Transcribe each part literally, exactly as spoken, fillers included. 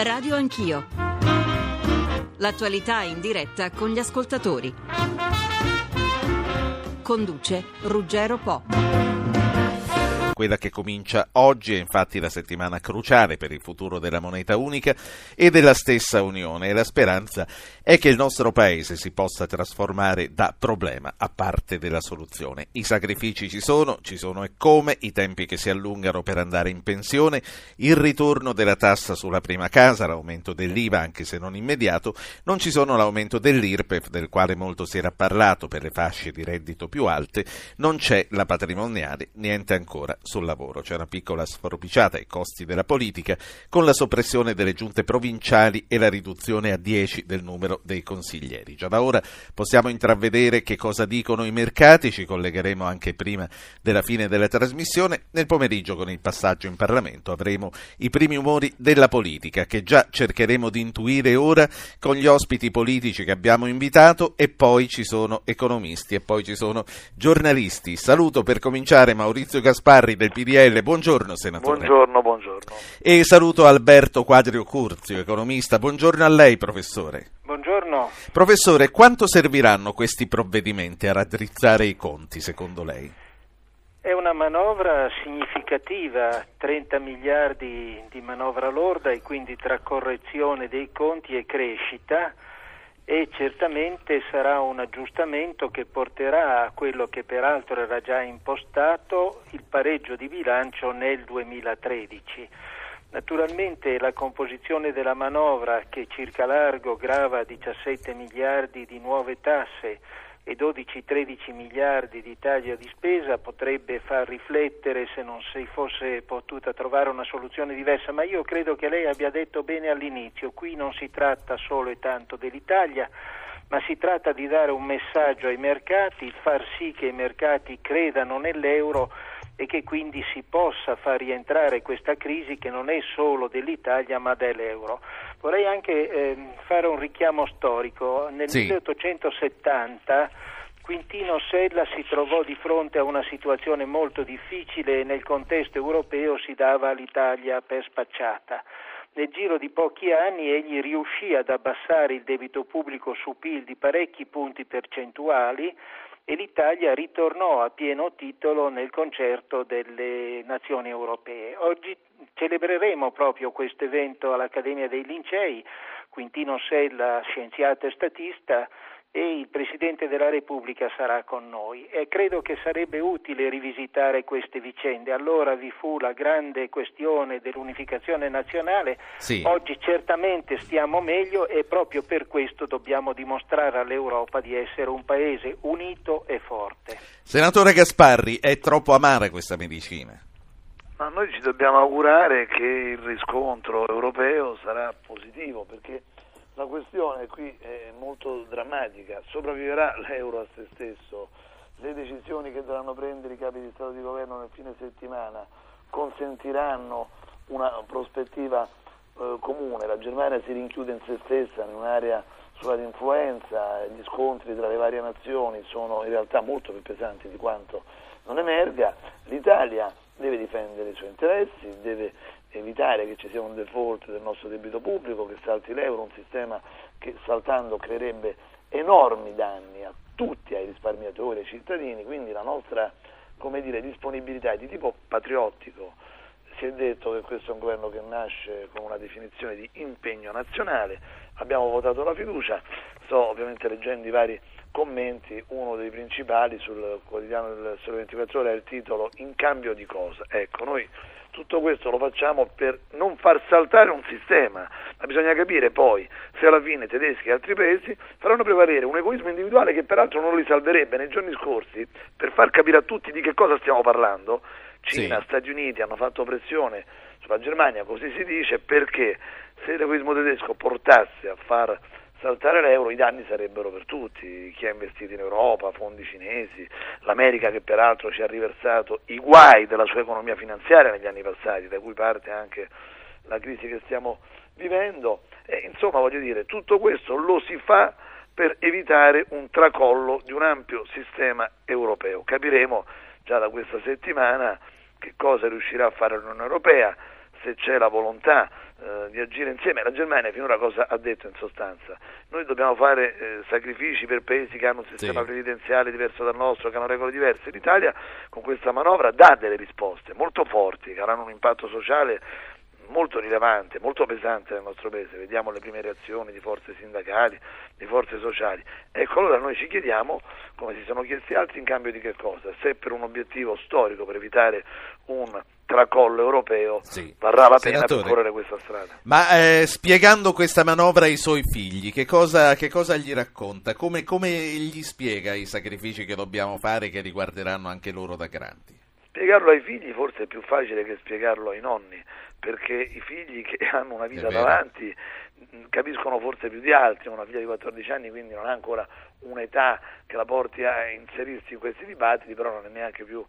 Radio Anch'io. L'attualità in diretta con gli ascoltatori. Conduce Ruggero Po. Quella che comincia oggi è infatti la settimana cruciale per il futuro della moneta unica e della stessa Unione, e la speranza è che il nostro Paese si possa trasformare da problema a parte della soluzione. I sacrifici ci sono, ci sono e come, i tempi che si allungano per andare in pensione, il ritorno della tassa sulla prima casa, l'aumento dell'I V A anche se non immediato, non ci sono l'aumento dell'I R P E F del quale molto si era parlato per le fasce di reddito più alte, non c'è la patrimoniale, niente ancora sul lavoro. C'è una piccola sforbiciata ai costi della politica con la soppressione delle giunte provinciali e la riduzione a dieci del numero dei consiglieri. Già da ora possiamo intravedere che cosa dicono i mercati, ci collegheremo anche prima della fine della trasmissione. Nel pomeriggio con il passaggio in Parlamento avremo i primi umori della politica che già cercheremo di intuire ora con gli ospiti politici che abbiamo invitato, e poi ci sono economisti e poi ci sono giornalisti. Saluto per cominciare Maurizio Gasparri del P D L, buongiorno senatore. Buongiorno, buongiorno. E saluto Alberto Quadrio Curzio, economista, buongiorno a lei professore. Buongiorno. Professore, quanto serviranno questi provvedimenti a raddrizzare i conti secondo lei? È una manovra significativa, trenta miliardi di manovra lorda, e quindi tra correzione dei conti e crescita, e certamente sarà un aggiustamento che porterà a quello che peraltro era già impostato, il pareggio di bilancio nel duemilatredici. Naturalmente la composizione della manovra, che circa largo grava diciassette miliardi di nuove tasse e dodici tredici miliardi di taglio di spesa, potrebbe far riflettere se non si fosse potuta trovare una soluzione diversa, ma io credo che lei abbia detto bene all'inizio: qui non si tratta solo e tanto dell'Italia, ma si tratta di dare un messaggio ai mercati, far sì che i mercati credano nell'euro e che quindi si possa far rientrare questa crisi che non è solo dell'Italia ma dell'euro. Vorrei anche eh, fare un richiamo storico. Nel sì. milleottocentosettanta Quintino Sella si trovò di fronte a una situazione molto difficile e nel contesto europeo si dava l'Italia per spacciata. Nel giro di pochi anni egli riuscì ad abbassare il debito pubblico su P I L di parecchi punti percentuali e l'Italia ritornò a pieno titolo nel concerto delle nazioni europee. Oggi celebreremo proprio questo evento all'Accademia dei Lincei. Quintino Sella, scienziato e statista, e il Presidente della Repubblica sarà con noi, e credo che sarebbe utile rivisitare queste vicende. Allora vi fu la grande questione dell'unificazione nazionale, sì. Oggi certamente stiamo meglio e proprio per questo dobbiamo dimostrare all'Europa di essere un paese unito e forte. Senatore Gasparri, è troppo amara questa medicina? Ma noi ci dobbiamo augurare che il riscontro europeo sarà positivo, perché la questione qui è molto drammatica. Sopravviverà l'euro a se stesso? Le decisioni che dovranno prendere i capi di Stato e di Governo nel fine settimana consentiranno una prospettiva eh, comune? La Germania si rinchiude in se stessa, in un'area sulla influenza, gli scontri tra le varie nazioni sono in realtà molto più pesanti di quanto non emerga. L'Italia deve difendere i suoi interessi, deve evitare che ci sia un default del nostro debito pubblico, che salti l'euro, un sistema che saltando creerebbe enormi danni a tutti, ai risparmiatori, ai cittadini. Quindi la nostra, come dire, disponibilità è di tipo patriottico. Si è detto che questo è un governo che nasce con una definizione di impegno nazionale, abbiamo votato la fiducia, sto ovviamente leggendo i vari commenti, uno dei principali sul quotidiano del Sole ventiquattro Ore è il titolo "In cambio di cosa?". Ecco, noi tutto questo lo facciamo per non far saltare un sistema, ma bisogna capire poi se alla fine tedeschi e altri paesi faranno prevalere un egoismo individuale che peraltro non li salverebbe. Nei giorni scorsi, per far capire a tutti di che cosa stiamo parlando, Cina, sì. Stati Uniti hanno fatto pressione sulla Germania, così si dice, perché se l'egoismo tedesco portasse a far saltare l'euro, i danni sarebbero per tutti: chi ha investito in Europa, fondi cinesi, l'America che peraltro ci ha riversato i guai della sua economia finanziaria negli anni passati, da cui parte anche la crisi che stiamo vivendo. E, insomma, voglio dire, tutto questo lo si fa per evitare un tracollo di un ampio sistema europeo. Capiremo già da questa settimana che cosa riuscirà a fare l'Unione Europea, se c'è la volontà eh, di agire insieme. La Germania finora cosa ha detto in sostanza? Noi dobbiamo fare eh, sacrifici per paesi che hanno un sistema sì. previdenziale diverso dal nostro, che hanno regole diverse. L'Italia con questa manovra dà delle risposte molto forti che avranno un impatto sociale molto rilevante, molto pesante nel nostro paese. Vediamo le prime reazioni di forze sindacali, di forze sociali. Ecco, allora noi ci chiediamo, come si sono chiesti altri, in cambio di che cosa? Se per un obiettivo storico, per evitare un tracollo europeo, sì. varrà la pena Senatore, percorrere questa strada. Ma eh, spiegando questa manovra ai suoi figli, che cosa, che cosa gli racconta? Come, come gli spiega i sacrifici che dobbiamo fare, che riguarderanno anche loro da grandi? Spiegarlo ai figli forse è più facile che spiegarlo ai nonni, perché i figli che hanno una vita davanti capiscono forse più di altri. Una figlia di quattordici anni quindi non ha ancora un'età che la porti a inserirsi in questi dibattiti, però non è neanche più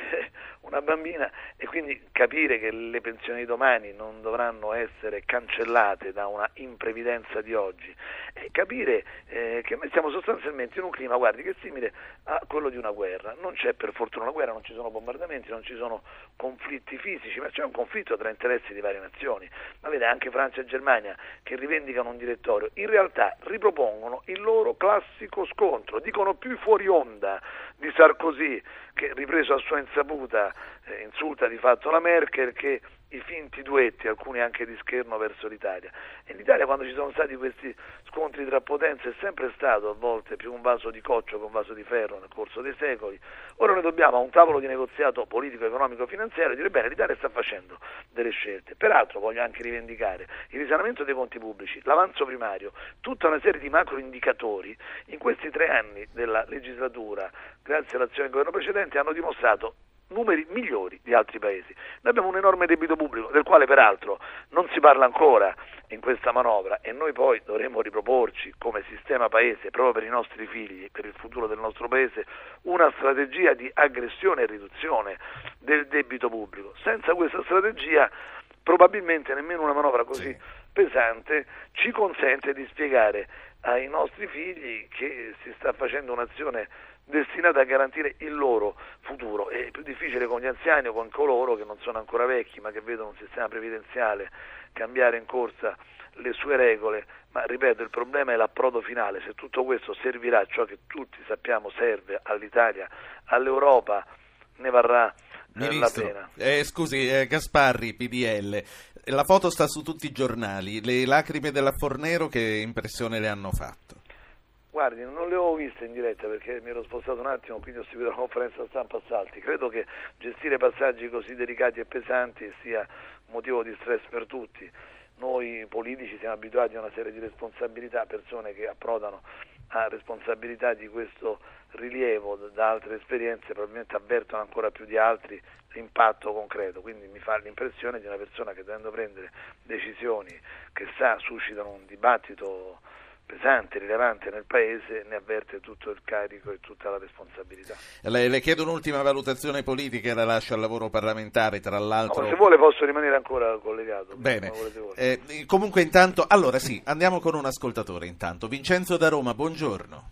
una bambina, e quindi capire che le pensioni di domani non dovranno essere cancellate da una imprevidenza di oggi, e capire eh, che noi stiamo sostanzialmente in un clima, guardi, che è simile a quello di una guerra. Non c'è per fortuna una guerra, non ci sono bombardamenti, non ci sono conflitti fisici, ma c'è un conflitto tra interessi di varie nazioni. Ma vede, anche Francia e Germania, che rivendicano un direttorio, in realtà ripropongono il loro classico scontro, dicono più i fuori onda di Sarkozy, che ripreso a sua insaputa eh, insulta di fatto la Merkel, che i finti duetti, alcuni anche di scherno verso l'Italia. E l'Italia, quando ci sono stati questi scontri tra potenze, è sempre stato a volte più un vaso di coccio che un vaso di ferro nel corso dei secoli. Ora noi dobbiamo a un tavolo di negoziato politico, economico, finanziario dire bene, l'Italia sta facendo delle scelte. Peraltro voglio anche rivendicare il risanamento dei conti pubblici, l'avanzo primario, tutta una serie di macro indicatori in questi tre anni della legislatura, grazie all'azione del governo precedente, hanno dimostrato numeri migliori di altri paesi. Noi abbiamo un enorme debito pubblico, del quale peraltro non si parla ancora in questa manovra, e noi poi dovremo riproporci come sistema paese, proprio per i nostri figli, per il futuro del nostro paese, una strategia di aggressione e riduzione del debito pubblico. Senza questa strategia probabilmente nemmeno una manovra così sì. pesante ci consente di spiegare ai nostri figli che si sta facendo un'azione destinata a garantire il loro futuro. È più difficile con gli anziani o con coloro che non sono ancora vecchi ma che vedono un sistema previdenziale cambiare in corsa le sue regole, ma ripeto, il problema è l'approdo finale. Se tutto questo servirà a ciò che tutti sappiamo serve all'Italia, all'Europa, ne varrà Ministro, la pena. Eh, scusi, eh, Gasparri, P D L, la foto sta su tutti i giornali, le lacrime della Fornero che impressione le hanno fatto? Guardi, non le ho viste in diretta perché mi ero spostato un attimo, quindi ho seguito la conferenza stampa a salti. Credo che gestire passaggi così delicati e pesanti sia motivo di stress per tutti. Noi politici siamo abituati a una serie di responsabilità, persone che approdano a responsabilità di questo rilievo da altre esperienze probabilmente avvertono ancora più di altri l'impatto concreto, quindi mi fa l'impressione di una persona che, dovendo prendere decisioni che sa suscitano un dibattito pesante, rilevante nel Paese, ne avverte tutto il carico e tutta la responsabilità. Le, le chiedo un'ultima valutazione politica e la lascio al lavoro parlamentare, tra l'altro. No, se vuole posso rimanere ancora collegato. Bene, eh, comunque intanto, allora sì, andiamo con un ascoltatore intanto. Vincenzo da Roma, buongiorno.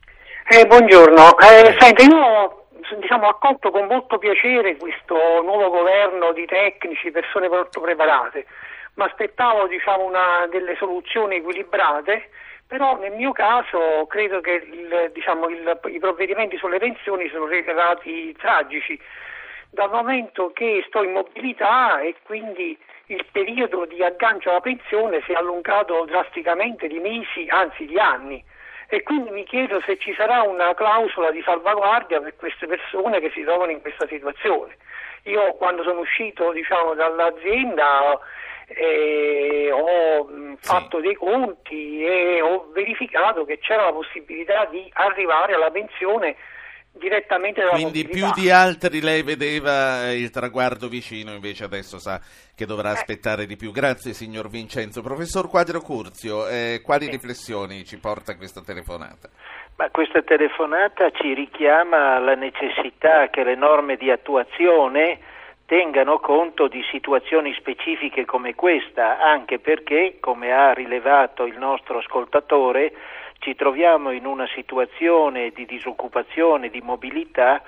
Eh, buongiorno, eh, senta, io diciamo, ho accolto con molto piacere questo nuovo governo di tecnici, persone molto preparate, ma aspettavo diciamo, una, delle soluzioni equilibrate. Però nel mio caso credo che il, diciamo, il, i provvedimenti sulle pensioni sono rivelati tragici, dal momento che sto in mobilità e quindi il periodo di aggancio alla pensione si è allungato drasticamente di mesi, anzi di anni, e quindi mi chiedo se ci sarà una clausola di salvaguardia per queste persone che si trovano in questa situazione. Io quando sono uscito diciamo, dall'azienda Eh, ho mh, fatto sì. dei conti e ho verificato che c'era la possibilità di arrivare alla pensione direttamente dalla Quindi mobilità. Più di altri lei vedeva il traguardo vicino, invece adesso sa che dovrà eh. aspettare di più. Grazie signor Vincenzo. Professor Quadrio Curzio, eh, quali sì. riflessioni ci porta questa telefonata? Ma questa telefonata ci richiama alla necessità che le norme di attuazione tengano conto di situazioni specifiche come questa, anche perché, come ha rilevato il nostro ascoltatore, ci troviamo in una situazione di disoccupazione, di mobilità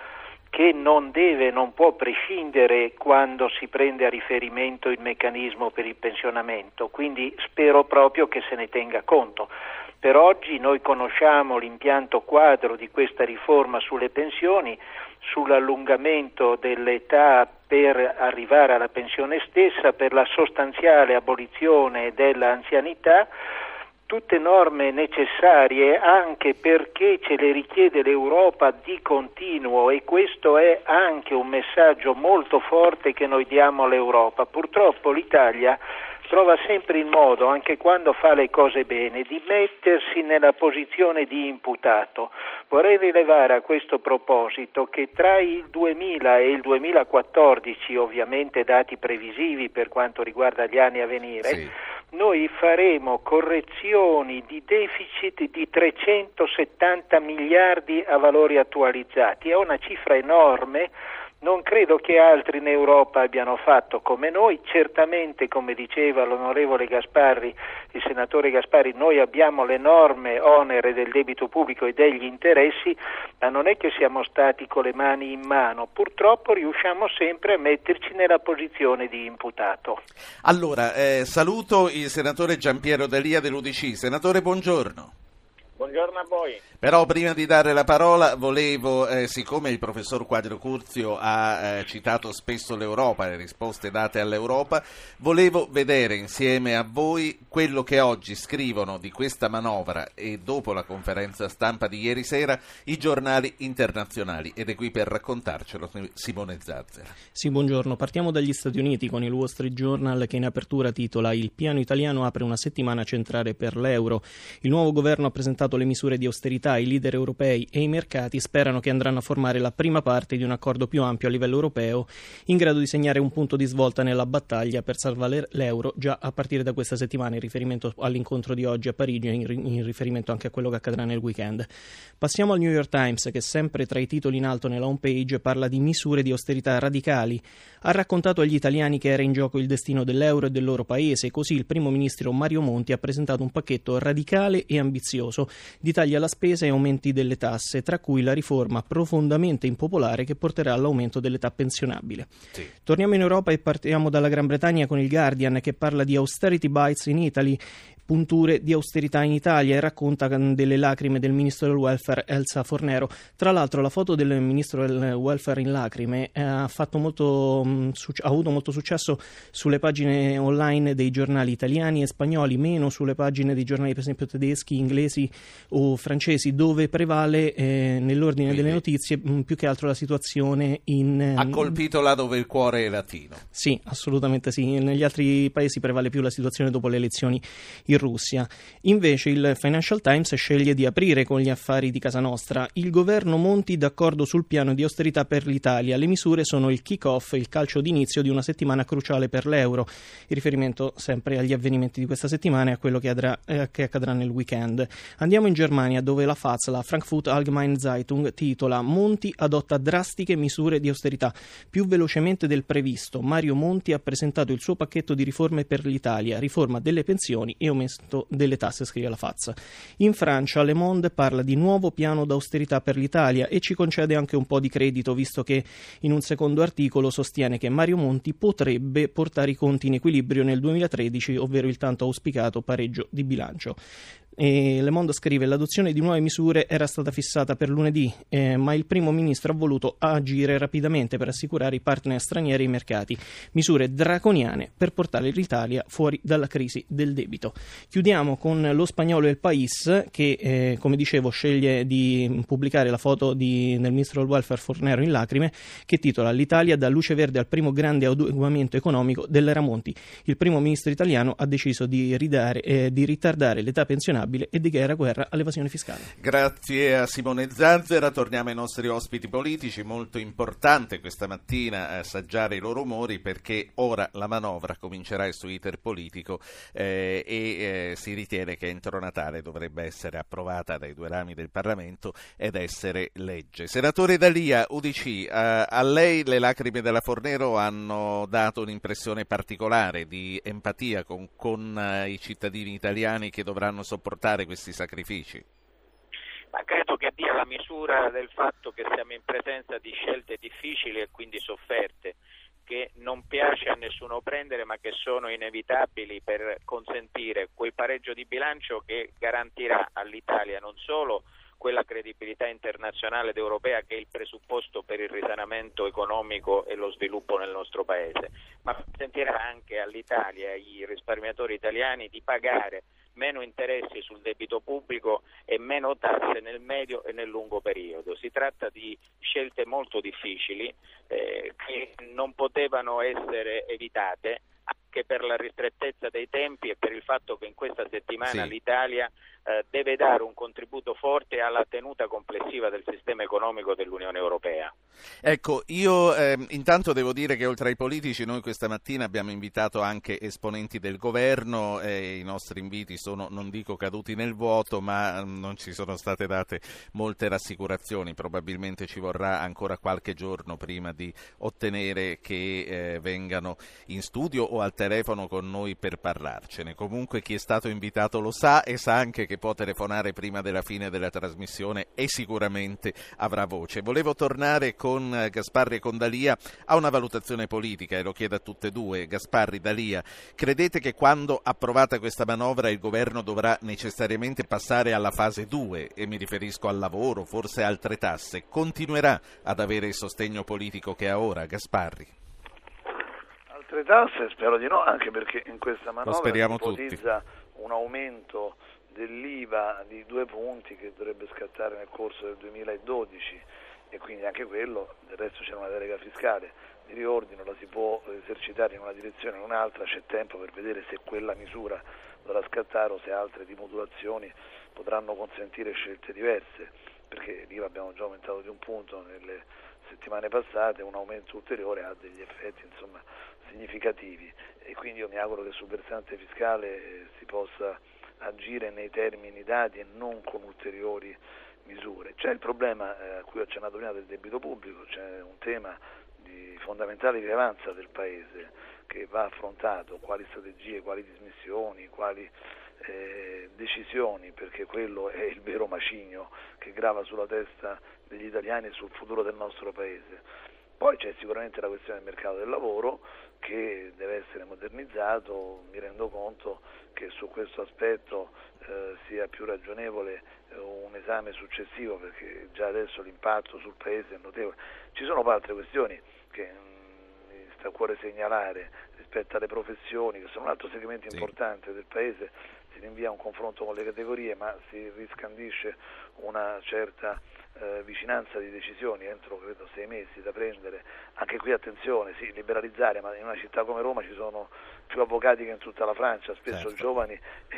che non deve, non può prescindere quando si prende a riferimento il meccanismo per il pensionamento, quindi spero proprio che se ne tenga conto. Per oggi noi conosciamo l'impianto quadro di questa riforma sulle pensioni, sull'allungamento dell'età per arrivare alla pensione stessa, per la sostanziale abolizione dell'anzianità, tutte norme necessarie anche perché ce le richiede l'Europa di continuo, e questo è anche un messaggio molto forte che noi diamo all'Europa. Purtroppo l'Italia trova sempre il modo, anche quando fa le cose bene, di mettersi nella posizione di imputato. Vorrei rilevare a questo proposito che tra il duemila e il duemilaquattordici, ovviamente dati previsivi per quanto riguarda gli anni a venire, sì, noi faremo correzioni di deficit di trecentosettanta miliardi a valori attualizzati. È una cifra enorme. Non credo che altri in Europa abbiano fatto come noi. Certamente, come diceva l'onorevole Gasparri, il senatore Gasparri, noi abbiamo l'enorme onere del debito pubblico e degli interessi, ma non è che siamo stati con le mani in mano. Purtroppo riusciamo sempre a metterci nella posizione di imputato. Allora, eh, saluto il senatore Giampiero D'Elia dell'U D C. Senatore, buongiorno. Buongiorno a voi. Però prima di dare la parola volevo, eh, siccome il professor Quadrio Curzio ha eh, citato spesso l'Europa, le risposte date all'Europa, volevo vedere insieme a voi quello che oggi scrivono di questa manovra e dopo la conferenza stampa di ieri sera i giornali internazionali, ed è qui per raccontarcelo Simone Zazzera. Sì, buongiorno. Partiamo dagli Stati Uniti con il Wall Street Journal che in apertura titola: il piano italiano apre una settimana centrale per l'euro. Il nuovo governo ha presentato le misure di austerità. I leader europei e i mercati sperano che andranno a formare la prima parte di un accordo più ampio a livello europeo, in grado di segnare un punto di svolta nella battaglia per salvare l'euro già a partire da questa settimana, in riferimento all'incontro di oggi a Parigi e in riferimento anche a quello che accadrà nel weekend. Passiamo al New York Times, che sempre tra i titoli in alto nella home page parla di misure di austerità radicali. Ha raccontato agli italiani che era in gioco il destino dell'euro e del loro paese, così il primo ministro Mario Monti ha presentato un pacchetto radicale e ambizioso di tagli alla spesa e aumenti delle tasse, tra cui la riforma profondamente impopolare che porterà all'aumento dell'età pensionabile. Sì. Torniamo in Europa e partiamo dalla Gran Bretagna con il Guardian, che parla di austerity bites in Italy, punture di austerità in Italia, e racconta delle lacrime del ministro del welfare Elsa Fornero. Tra l'altro la foto del ministro del welfare in lacrime ha, fatto molto, ha avuto molto successo sulle pagine online dei giornali italiani e spagnoli, meno sulle pagine dei giornali per esempio tedeschi, inglesi o francesi, dove prevale eh, nell'ordine Quindi, delle notizie mh, più che altro la situazione in... Ha colpito là dove il cuore è latino. Sì, assolutamente sì. Negli altri paesi prevale più la situazione dopo le elezioni in Russia. Invece il Financial Times sceglie di aprire con gli affari di casa nostra. Il governo Monti d'accordo sul piano di austerità per l'Italia. Le misure sono il kick-off, il calcio d'inizio di una settimana cruciale per l'euro. In riferimento sempre agli avvenimenti di questa settimana e a quello che, adrà, eh, che accadrà nel weekend. Andiamo in Germania, dove la F A Z, la Frankfurt Allgemeine Zeitung, titola: Monti adotta drastiche misure di austerità. Più velocemente del previsto, Mario Monti ha presentato il suo pacchetto di riforme per l'Italia, riforma delle pensioni e aumento delle tasse, scrive la F A Z. In Francia Le Monde parla di nuovo piano d'austerità per l'Italia e ci concede anche un po' di credito, visto che in un secondo articolo sostiene che Mario Monti potrebbe portare i conti in equilibrio nel duemilatredici, ovvero il tanto auspicato pareggio di bilancio. E Le Monde scrive: l'adozione di nuove misure era stata fissata per lunedì, eh, ma il primo ministro ha voluto agire rapidamente per assicurare i partner stranieri e i mercati. Misure draconiane per portare l'Italia fuori dalla crisi del debito. Chiudiamo con lo spagnolo El País, che eh, come dicevo sceglie di pubblicare la foto di, del ministro del welfare Fornero in lacrime, che titola: l'Italia dà luce verde al primo grande adeguamento economico dell'era Monti. Il primo ministro italiano ha deciso di, ridare, eh, di ritardare l'età pensionabile e dichiara guerra all'evasione fiscale. Grazie a Simone Zazzera. Torniamo ai nostri ospiti politici. Molto importante questa mattina assaggiare i loro umori, perché ora la manovra comincerà il suo iter politico eh, e eh, si ritiene che entro Natale dovrebbe essere approvata dai due rami del Parlamento ed essere legge. Senatore D'Elia, U D C, eh, a lei le lacrime della Fornero hanno dato un'impressione particolare di empatia con, con eh, i cittadini italiani che dovranno sopportare questi sacrifici? Ma credo che dia la misura del fatto che siamo in presenza di scelte difficili e quindi sofferte, che non piace a nessuno prendere ma che sono inevitabili per consentire quel pareggio di bilancio che garantirà all'Italia non solo quella credibilità internazionale ed europea che è il presupposto per il risanamento economico e lo sviluppo nel nostro Paese, ma consentirà anche all'Italia e ai risparmiatori italiani di pagare meno interessi sul debito pubblico e meno tasse nel medio e nel lungo periodo. Si tratta di scelte molto difficili eh, che non potevano essere evitate anche per la ristrettezza dei tempi e per il fatto che in questa settimana sì. l'Italia eh, deve dare un contributo forte alla tenuta complessiva del sistema economico dell'Unione Europea. Ecco, io eh, intanto devo dire che oltre ai politici noi questa mattina abbiamo invitato anche esponenti del governo e i nostri inviti sono, non dico caduti nel vuoto, ma non ci sono state date molte rassicurazioni. Probabilmente ci vorrà ancora qualche giorno prima di ottenere che eh, vengano in studio o al telefono con noi per parlarcene. Comunque chi è stato invitato lo sa e sa anche che può telefonare prima della fine della trasmissione e sicuramente avrà voce. Volevo tornare con Gasparri e con D'Alia a una valutazione politica e lo chiedo a tutte e due. Gasparri, D'Alia, credete che quando approvata questa manovra il governo dovrà necessariamente passare alla fase due, e mi riferisco al lavoro, forse altre tasse, continuerà ad avere il sostegno politico che ha ora? Gasparri. Altre tasse spero di no, anche perché in questa manovra si ipotizza tutti. un aumento dell'I V A di due punti che dovrebbe scattare nel corso del duemiladodici e quindi anche quello, del resto c'è una delega fiscale di riordino, la si può esercitare in una direzione o in un'altra, c'è tempo per vedere se quella misura dovrà scattare o se altre di modulazioni potranno consentire scelte diverse, perché l'I V A abbiamo già aumentato di un punto nelle settimane passate, un aumento ulteriore ha degli effetti insomma significativi e quindi io mi auguro che sul versante fiscale eh, si possa agire nei termini dati e non con ulteriori misure. C'è il problema eh, a cui ho accennato prima del debito pubblico, c'è un tema di fondamentale rilevanza del Paese che va affrontato, quali strategie, quali dismissioni, quali eh, decisioni, perché quello è il vero macigno che grava sulla testa degli italiani e sul futuro del nostro Paese. Poi c'è sicuramente la questione del mercato del lavoro che deve essere modernizzato, mi rendo conto che su questo aspetto eh, sia più ragionevole eh, un esame successivo perché già adesso l'impatto sul Paese è notevole. Ci sono poi altre questioni che mh, mi sta a cuore segnalare rispetto alle professioni che sono un altro segmento sì. importante del Paese, si rinvia a un confronto con le categorie ma si riscandisce una certa eh, vicinanza di decisioni entro credo sei mesi da prendere. Anche qui attenzione, sì, liberalizzare, ma in una città come Roma ci sono più avvocati che in tutta la Francia, spesso certo. giovani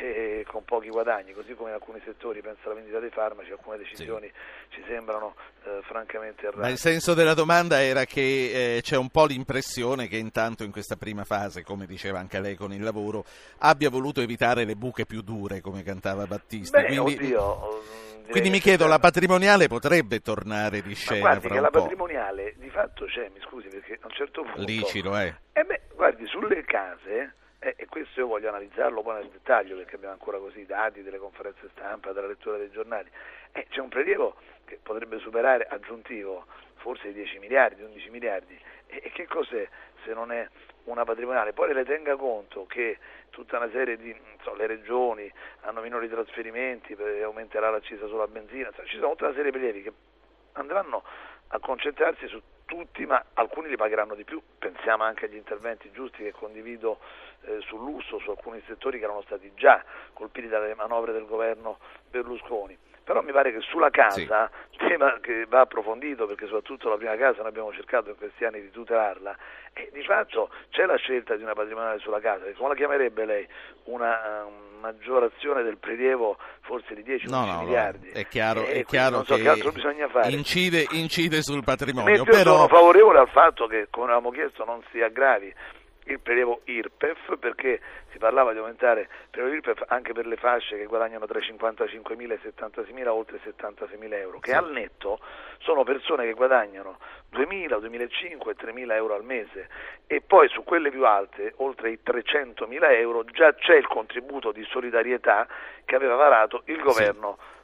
e con pochi guadagni, così come in alcuni settori, penso alla vendita dei farmaci, alcune decisioni sì. ci sembrano eh, francamente errate. Ma il senso della domanda era che eh, c'è un po' l'impressione che intanto in questa prima fase, come diceva anche lei con il lavoro, abbia voluto evitare le buche più dure, come cantava Battista. Beh, quindi, oddio, quindi mi chiedo, la patrimoniale potrebbe tornare di scena? Ma guardi fra che un la po'. patrimoniale di fatto c'è, mi scusi, perché a un certo punto... Licito, eh. Eh beh, guardi, sulle case, eh, e questo io voglio analizzarlo poi nel dettaglio, perché abbiamo ancora così i dati delle conferenze stampa, della lettura dei giornali, eh, c'è un prelievo che potrebbe superare, aggiuntivo, forse i dieci miliardi, undici miliardi, e, e che cos'è se non è una patrimoniale? Poi le tenga conto che tutta una serie di, so, le regioni hanno minori trasferimenti, aumenterà l'accisa sulla benzina, cioè, ci sono tutta una serie di prelievi che andranno a concentrarsi su tutti, ma alcuni li pagheranno di più. Pensiamo anche agli interventi giusti che condivido eh, sul lusso, su alcuni settori che erano stati già colpiti dalle manovre del governo Berlusconi. Però mi pare che sulla casa, sì. tema che va approfondito, perché soprattutto la prima casa noi abbiamo cercato in questi anni di tutelarla, e di fatto c'è la scelta di una patrimoniale sulla casa, che come la chiamerebbe lei? Una um, maggiorazione del prelievo forse di dieci undici no, no, miliardi. No, è chiaro, e è chiaro non so che, che altro bisogna fare. Incide, incide sul patrimonio. Mentre però... io sono favorevole al fatto che, come avevamo chiesto, non si aggravi il prelievo I R P E F, perché si parlava di aumentare il prelievo I R P E F anche per le fasce che guadagnano tra i cinquantacinquemila e i settantaseimila, oltre settantaseimila euro, che sì. al netto sono persone che guadagnano duemila, duemilacinquecento e tremila euro al mese, e poi su quelle più alte, oltre i trecentomila euro, già c'è il contributo di solidarietà che aveva varato il governo sì.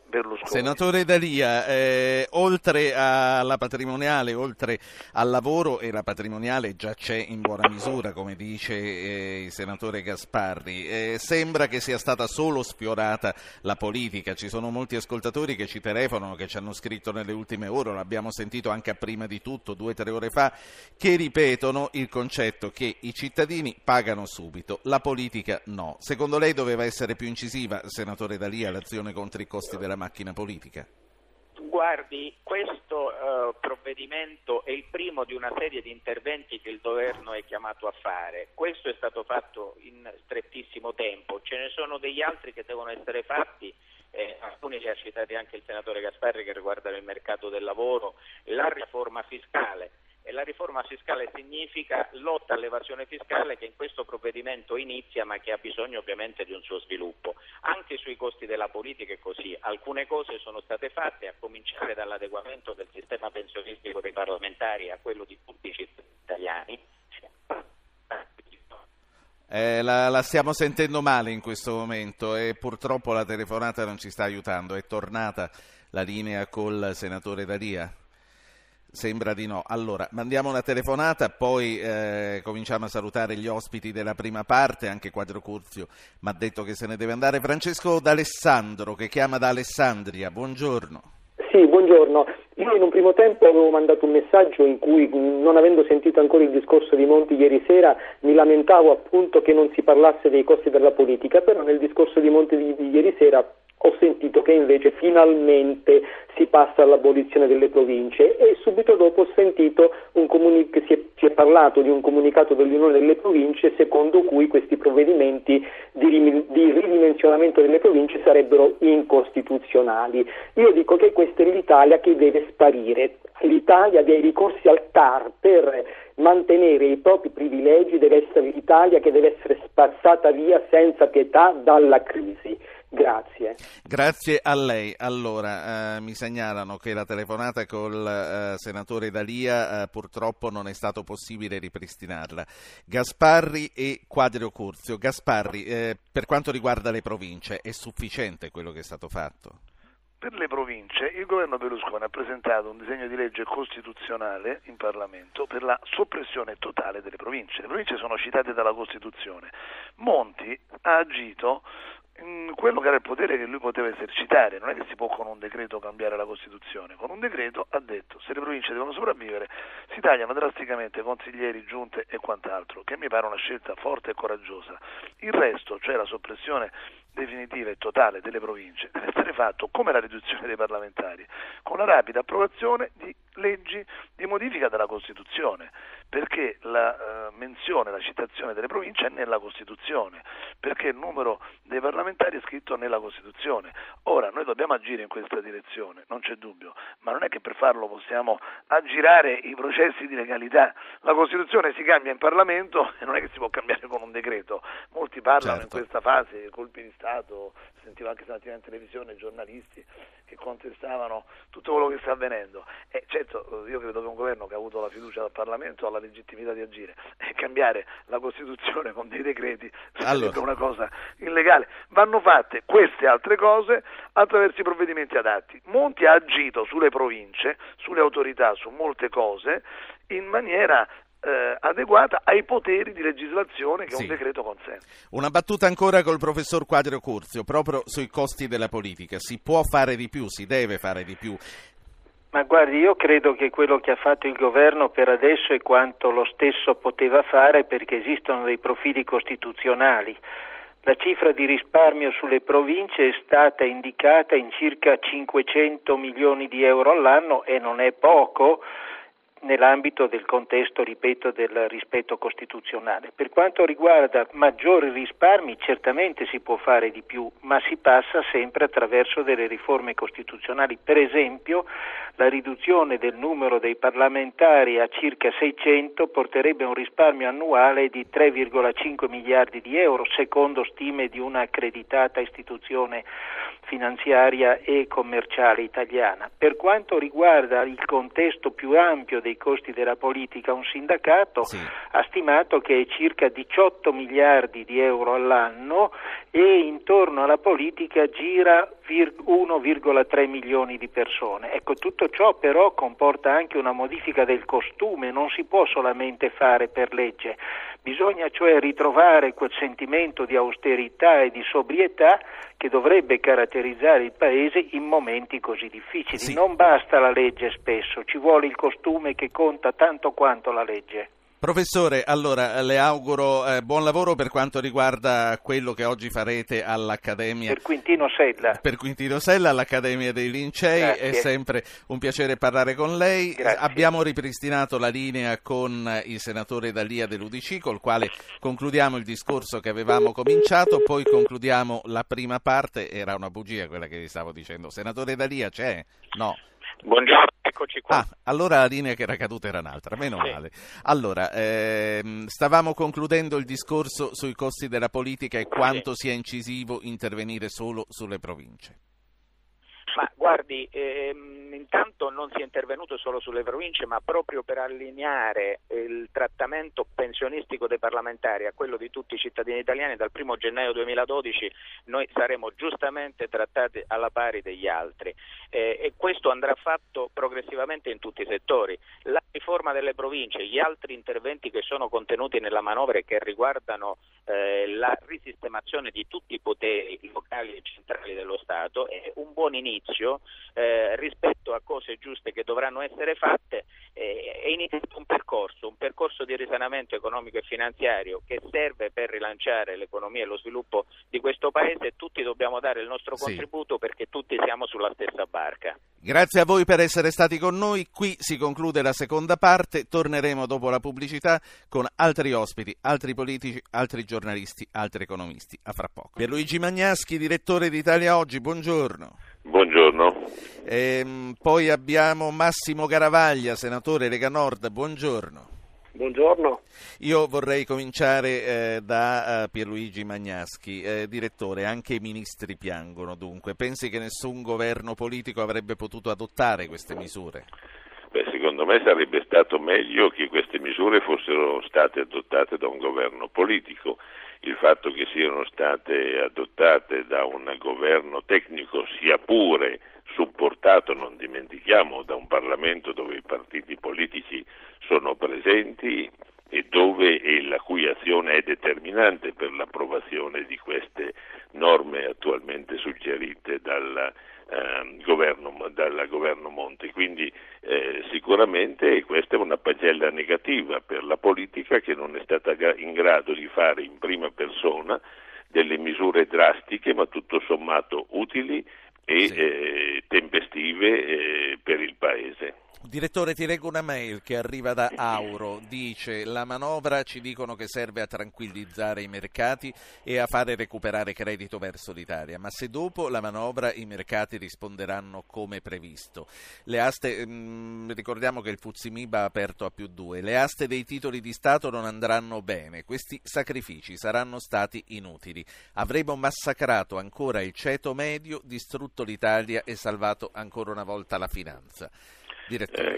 Berlusconi. Senatore D'Alia, eh, oltre alla patrimoniale, oltre al lavoro, e la patrimoniale già c'è in buona misura, come dice eh, il senatore Gasparri, eh, sembra che sia stata solo sfiorata la politica. Ci sono molti ascoltatori che ci telefonano, che ci hanno scritto nelle ultime ore, l'abbiamo sentito anche a prima di tutto, due o tre ore fa, che ripetono il concetto che i cittadini pagano subito, la politica no. Secondo lei doveva essere più incisiva, senatore D'Alia, l'azione contro i costi della macchina politica? Guardi, questo uh, provvedimento è il primo di una serie di interventi che il governo è chiamato a fare. Questo è stato fatto in strettissimo tempo, ce ne sono degli altri che devono essere fatti, eh, alcuni li ha citati anche il senatore Gasparri, che riguardano il mercato del lavoro, la riforma fiscale. E la riforma fiscale significa lotta all'evasione fiscale, che in questo provvedimento inizia, ma che ha bisogno ovviamente di un suo sviluppo. Anche sui costi della politica è così, alcune cose sono state fatte, a cominciare dall'adeguamento del sistema pensionistico dei parlamentari a quello di tutti i cittadini italiani. Eh, la, la stiamo sentendo male in questo momento e purtroppo la telefonata non ci sta aiutando. È tornata la linea col senatore D'Alia? Sembra di no. Allora, mandiamo una telefonata, poi eh, cominciamo a salutare gli ospiti della prima parte. Anche Quadrio Curzio mi ha detto che se ne deve andare. Francesco D'Alessandro, che chiama da Alessandria, buongiorno. Sì, buongiorno. Io in un primo tempo avevo mandato un messaggio in cui, non avendo sentito ancora il discorso di Monti ieri sera, mi lamentavo appunto che non si parlasse dei costi della politica, però nel discorso di Monti di, di ieri sera ho sentito che invece finalmente si passa all'abolizione delle province, e subito dopo ho sentito un comuni- che si è, si è parlato di un comunicato dell'Unione delle Province secondo cui questi provvedimenti di, rim- di ridimensionamento delle province sarebbero incostituzionali. Io dico che questa è l'Italia che deve sparire. L'Italia dei ricorsi al T A R per mantenere i propri privilegi deve essere l'Italia che deve essere spazzata via senza pietà dalla crisi. Grazie. Grazie a lei. Allora, eh, mi segnalano che la telefonata col eh, senatore D'Alia eh, purtroppo non è stato possibile ripristinarla. Gasparri e Quadrio Curzio. Gasparri, eh, per quanto riguarda le province, è sufficiente quello che è stato fatto? Per le province il governo Berlusconi ha presentato un disegno di legge costituzionale in Parlamento per la soppressione totale delle province. Le province sono citate dalla Costituzione. Monti ha agito in quello che era il potere che lui poteva esercitare. Non è che si può con un decreto cambiare la Costituzione. Con un decreto ha detto: se le province devono sopravvivere si tagliano drasticamente consiglieri, giunte e quant'altro, che mi pare una scelta forte e coraggiosa. Il resto, cioè la soppressione definitiva e totale delle province, deve essere fatto come la riduzione dei parlamentari, con la rapida approvazione di leggi di modifica della Costituzione, perché la eh, menzione, la citazione delle province è nella Costituzione, perché il numero dei parlamentari è scritto nella Costituzione. Ora noi dobbiamo agire in questa direzione, non c'è dubbio, ma non è che per farlo possiamo aggirare i processi di legalità. La Costituzione si cambia in Parlamento e non è che si può cambiare con un decreto. Molti parlano certo. in questa fase colpi di Stato, sentivo anche stamattina in televisione giornalisti che contestavano tutto quello che sta avvenendo. E certo, io credo che un governo che ha avuto la fiducia dal Parlamento ha la legittimità di agire, e cambiare la Costituzione con dei decreti sarebbe allora. una cosa illegale. Vanno fatte queste altre cose attraverso i provvedimenti adatti. Monti ha agito sulle province, sulle autorità, su molte cose in maniera Eh, adeguata ai poteri di legislazione che sì. un decreto consente. Una battuta ancora col professor Quadrio Curzio, proprio sui costi della politica. Si può fare di più, si deve fare di più. Ma guardi, io credo che quello che ha fatto il governo per adesso è quanto lo stesso poteva fare, perché esistono dei profili costituzionali. La cifra di risparmio sulle province è stata indicata in circa cinquecento milioni di euro all'anno, e non è poco nell'ambito del contesto, ripeto, del rispetto costituzionale. Per quanto riguarda maggiori risparmi, certamente si può fare di più, ma si passa sempre attraverso delle riforme costituzionali. Per esempio, la riduzione del numero dei parlamentari a circa seicento porterebbe a un risparmio annuale di tre virgola cinque miliardi di euro, secondo stime di una accreditata istituzione finanziaria e commerciale italiana. Per quanto riguarda il contesto più ampio dei dei costi della politica, un sindacato sì. ha stimato che è circa diciotto miliardi di euro all'anno e intorno alla politica gira uno virgola tre milioni di persone. Ecco, tutto ciò però comporta anche una modifica del costume, non si può solamente fare per legge, bisogna cioè ritrovare quel sentimento di austerità e di sobrietà che dovrebbe caratterizzare il Paese in momenti così difficili. Sì. Non basta la legge spesso, ci vuole il costume che conta tanto quanto la legge. Professore, allora le auguro eh, buon lavoro per quanto riguarda quello che oggi farete all'Accademia Per Quintino Sella. Per Quintino Sella, all'Accademia dei Lincei. Grazie. È sempre un piacere parlare con lei. Grazie. Abbiamo ripristinato la linea con il senatore D'Alia dell'U D C, col quale concludiamo il discorso che avevamo cominciato, poi concludiamo la prima parte. Era una bugia quella che vi stavo dicendo. Senatore D'Alia c'è? No. Buongiorno, eccoci qua. Ah, allora la linea che era caduta era un'altra, meno Sì. male. Allora, ehm, stavamo concludendo il discorso sui costi della politica e quanto sia incisivo intervenire solo sulle province. Ma guardi, ehm, intanto non si è intervenuto solo sulle province, ma proprio per allineare il trattamento pensionistico dei parlamentari a quello di tutti i cittadini italiani. Dal primo gennaio duemiladodici noi saremo giustamente trattati alla pari degli altri, eh, e questo andrà fatto progressivamente in tutti i settori. La riforma delle province, gli altri interventi che sono contenuti nella manovra e che riguardano eh, la risistemazione di tutti i poteri locali e centrali dello Stato è un buon inizio. Eh, rispetto a cose giuste che dovranno essere fatte, eh, è iniziato un percorso, un percorso di risanamento economico e finanziario che serve per rilanciare l'economia e lo sviluppo di questo Paese, e tutti dobbiamo dare il nostro Sì. contributo perché tutti siamo sulla stessa barca. Grazie a voi per essere stati con noi. Qui si conclude la seconda parte. Torneremo dopo la pubblicità con altri ospiti, altri politici, altri giornalisti, altri economisti. A fra poco. Pierluigi Magnaschi, direttore di Italia Oggi, buongiorno. Buongiorno. Ehm, poi abbiamo Massimo Garavaglia, senatore Lega Nord, buongiorno. Buongiorno. Io vorrei cominciare eh, da uh, Pierluigi Magnaschi, eh, direttore. Anche i ministri piangono, dunque. Pensi che nessun governo politico avrebbe potuto adottare queste misure? Beh, secondo me sarebbe stato meglio che queste misure fossero state adottate da un governo politico. Il fatto che siano state adottate da un governo tecnico, sia pure supportato, non dimentichiamo, da un Parlamento dove i partiti politici sono presenti e dove e la cui azione è determinante per l'approvazione di queste norme attualmente suggerite dal eh, governo, dal governo Monti. Quindi eh, sicuramente questa è una pagella negativa per la politica, che non è stata in grado di fare in prima persona delle misure drastiche ma tutto sommato utili e sì. eh, tempestive eh, per il Paese. Direttore, ti leggo una mail che arriva da Auro, dice: la manovra ci dicono che serve a tranquillizzare i mercati e a fare recuperare credito verso l'Italia, ma se dopo la manovra i mercati risponderanno come previsto. Le aste, mh, ricordiamo che il Fuzimib ha aperto a più due, le aste dei titoli di Stato non andranno bene, questi sacrifici saranno stati inutili, avremo massacrato ancora il ceto medio, distrutto l'Italia e salvato ancora una volta la finanza. Eh,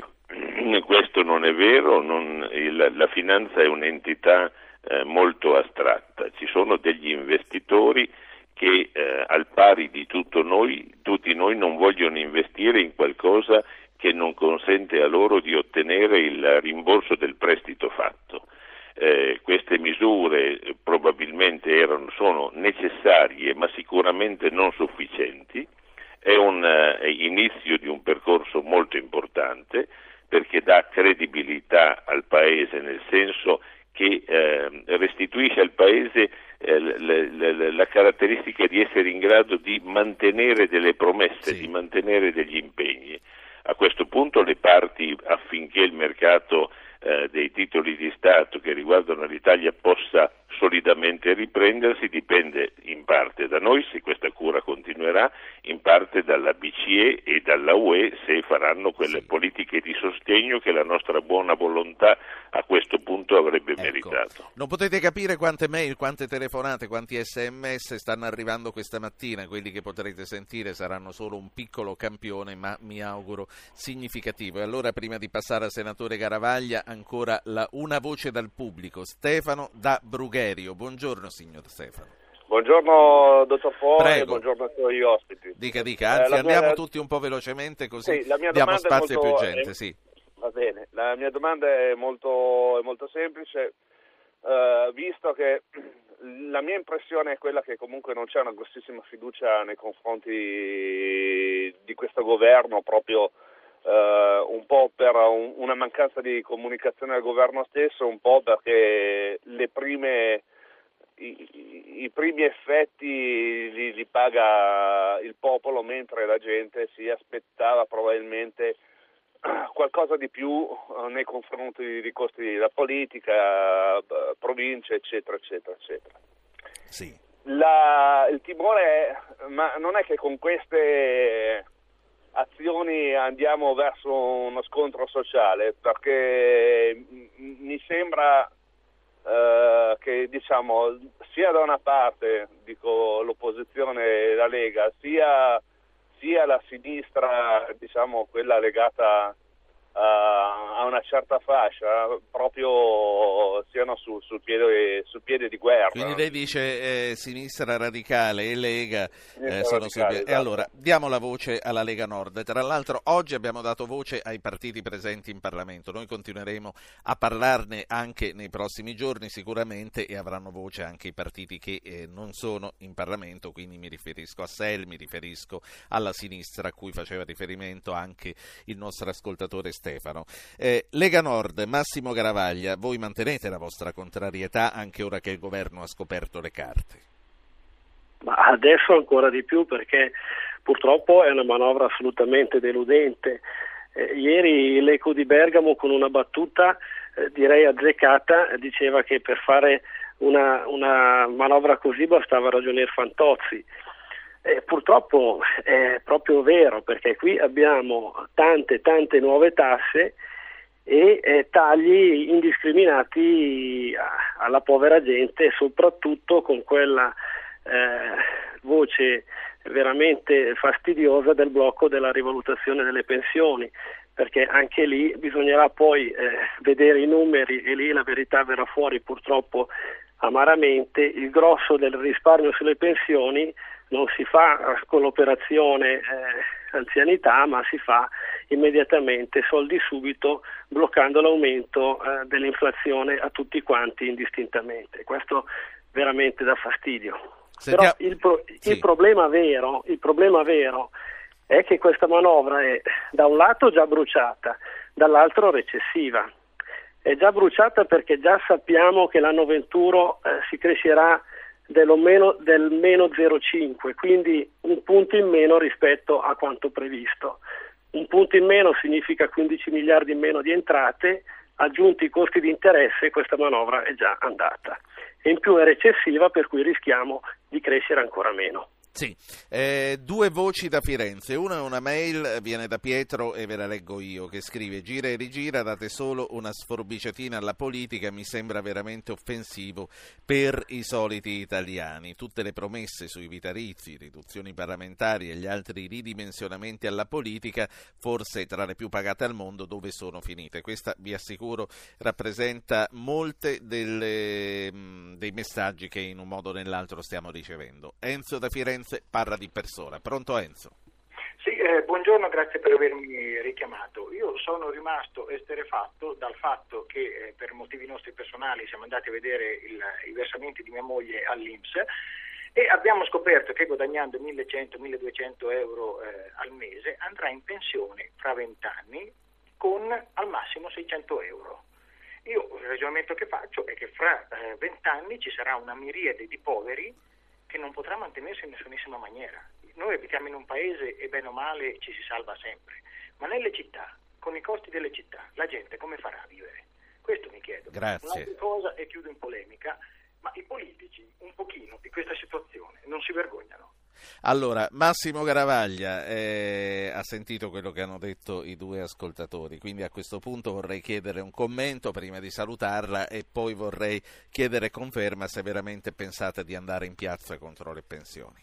questo non è vero, non, il, la finanza è un'entità eh, molto astratta, ci sono degli investitori che eh, al pari di tutto noi, tutti noi non vogliono investire in qualcosa che non consente a loro di ottenere il rimborso del prestito fatto. Eh, queste misure eh, probabilmente erano, sono necessarie ma sicuramente non sufficienti. È un uh, inizio di un percorso molto importante perché dà credibilità al Paese, nel senso che eh, restituisce al Paese eh, le, le, la caratteristica di essere in grado di mantenere delle promesse, sì. di mantenere degli impegni. A questo punto le parti, affinché il mercato eh, dei titoli di Stato che riguardano l'Italia possa solidamente riprendersi, dipende in parte da noi, se questa cura continuerà, in parte dalla B C E e dalla U E se faranno quelle sì. politiche di sostegno che la nostra buona volontà a questo punto avrebbe ecco. meritato. Non potete capire quante mail, quante telefonate, quanti sms stanno arrivando questa mattina. Quelli che potrete sentire saranno solo un piccolo campione, ma mi auguro significativo. E allora, prima di passare al senatore Garavaglia, ancora la, una voce dal pubblico. Stefano da Brugherio. Buongiorno signor Stefano. Buongiorno dottor Poi, Prego. Buongiorno ai suoi ospiti. Dica, dica, anzi eh, andiamo mia... tutti un po' velocemente così sì, la mia diamo domanda spazio è molto... a più gente. È... Sì. Va bene, la mia domanda è molto, è molto semplice, eh, visto che la mia impressione è quella che comunque non c'è una grossissima fiducia nei confronti di questo governo, proprio eh, un po' per un, una mancanza di comunicazione del governo stesso, un po' perché le prime... I, i primi effetti li, li paga il popolo, mentre la gente si aspettava probabilmente qualcosa di più nei confronti dei costi della politica, province, eccetera, eccetera, eccetera. Sì. La, il timore è, ma non è che con queste azioni andiamo verso uno scontro sociale, perché mi sembra Uh, che diciamo sia da una parte, dico l'opposizione e la Lega, sia, sia la sinistra, diciamo quella legata uh, a una certa fascia, proprio siano su, sul, piede, sul piede di guerra. Quindi lei dice eh, sinistra radicale e Lega eh, sono sul piede. Esatto. E allora diamo la voce alla Lega Nord. Tra l'altro oggi abbiamo dato voce ai partiti presenti in Parlamento, noi continueremo a parlarne anche nei prossimi giorni sicuramente, e avranno voce anche i partiti che eh, non sono in Parlamento, quindi mi riferisco a S E L, mi riferisco alla sinistra a cui faceva riferimento anche il nostro ascoltatore Stefano. Eh, Lega Nord, Massimo Garavaglia, voi mantenete la vostra contrarietà anche ora che il governo ha scoperto le carte? Ma adesso ancora di più, perché purtroppo è una manovra assolutamente deludente. Eh, ieri l'Eco di Bergamo, con una battuta eh, direi azzeccata, diceva che per fare una, una manovra così bastava ragionier Fantozzi. Eh, purtroppo è proprio vero, perché qui abbiamo tante tante nuove tasse e eh, tagli indiscriminati a, alla povera gente, soprattutto con quella eh, voce veramente fastidiosa del blocco della rivalutazione delle pensioni, perché anche lì bisognerà poi eh, vedere i numeri, e lì la verità verrà fuori purtroppo amaramente. Il grosso del risparmio sulle pensioni non si fa con l'operazione eh, anzianità, ma si fa immediatamente, soldi subito, bloccando l'aumento eh, dell'inflazione a tutti quanti indistintamente. Questo veramente dà fastidio. Sentiamo... Però il, pro- sì. il problema vero, il problema vero è che questa manovra è da un lato già bruciata, dall'altro recessiva. È già bruciata perché già sappiamo che l'anno venturo eh, si crescerà dello meno, del meno zero virgola cinque, quindi un punto in meno rispetto a quanto previsto. Un punto in meno significa quindici miliardi in meno di entrate, aggiunti i costi di interesse, questa manovra è già andata. E in più è recessiva, per cui rischiamo di crescere ancora meno. Sì, eh, due voci da Firenze, una è una mail, viene da Pietro e ve la leggo io, che scrive: gira e rigira, date solo una sforbiciatina alla politica, mi sembra veramente offensivo per i soliti italiani. Tutte le promesse sui vitalizi, riduzioni parlamentari e gli altri ridimensionamenti alla politica, forse tra le più pagate al mondo, dove sono finite? Questa, vi assicuro, rappresenta molte delle, mh, dei messaggi che in un modo o nell'altro stiamo ricevendo. Enzo da Firenze parla di persona. Pronto Enzo? Sì, eh, buongiorno, grazie per avermi richiamato. Io sono rimasto esterrefatto dal fatto che eh, per motivi nostri personali siamo andati a vedere il, i versamenti di mia moglie all'I N P S e abbiamo scoperto che guadagnando millecento milleduecento euro eh, al mese andrà in pensione fra vent'anni con al massimo seicento euro. Io il ragionamento che faccio è che fra eh, vent'anni ci sarà una miriade di poveri che non potrà mantenersi in nessunissima maniera. Noi abitiamo in un paese e bene o male ci si salva sempre, ma nelle città, con i costi delle città, la gente come farà a vivere? Questo mi chiedo. Grazie. Un'altra cosa, e chiudo in polemica, ma i politici un pochino di questa situazione non si vergognano? Allora, Massimo Garavaglia eh, ha sentito quello che hanno detto i due ascoltatori, quindi a questo punto vorrei chiedere un commento prima di salutarla e poi vorrei chiedere conferma se veramente pensate di andare in piazza contro le pensioni.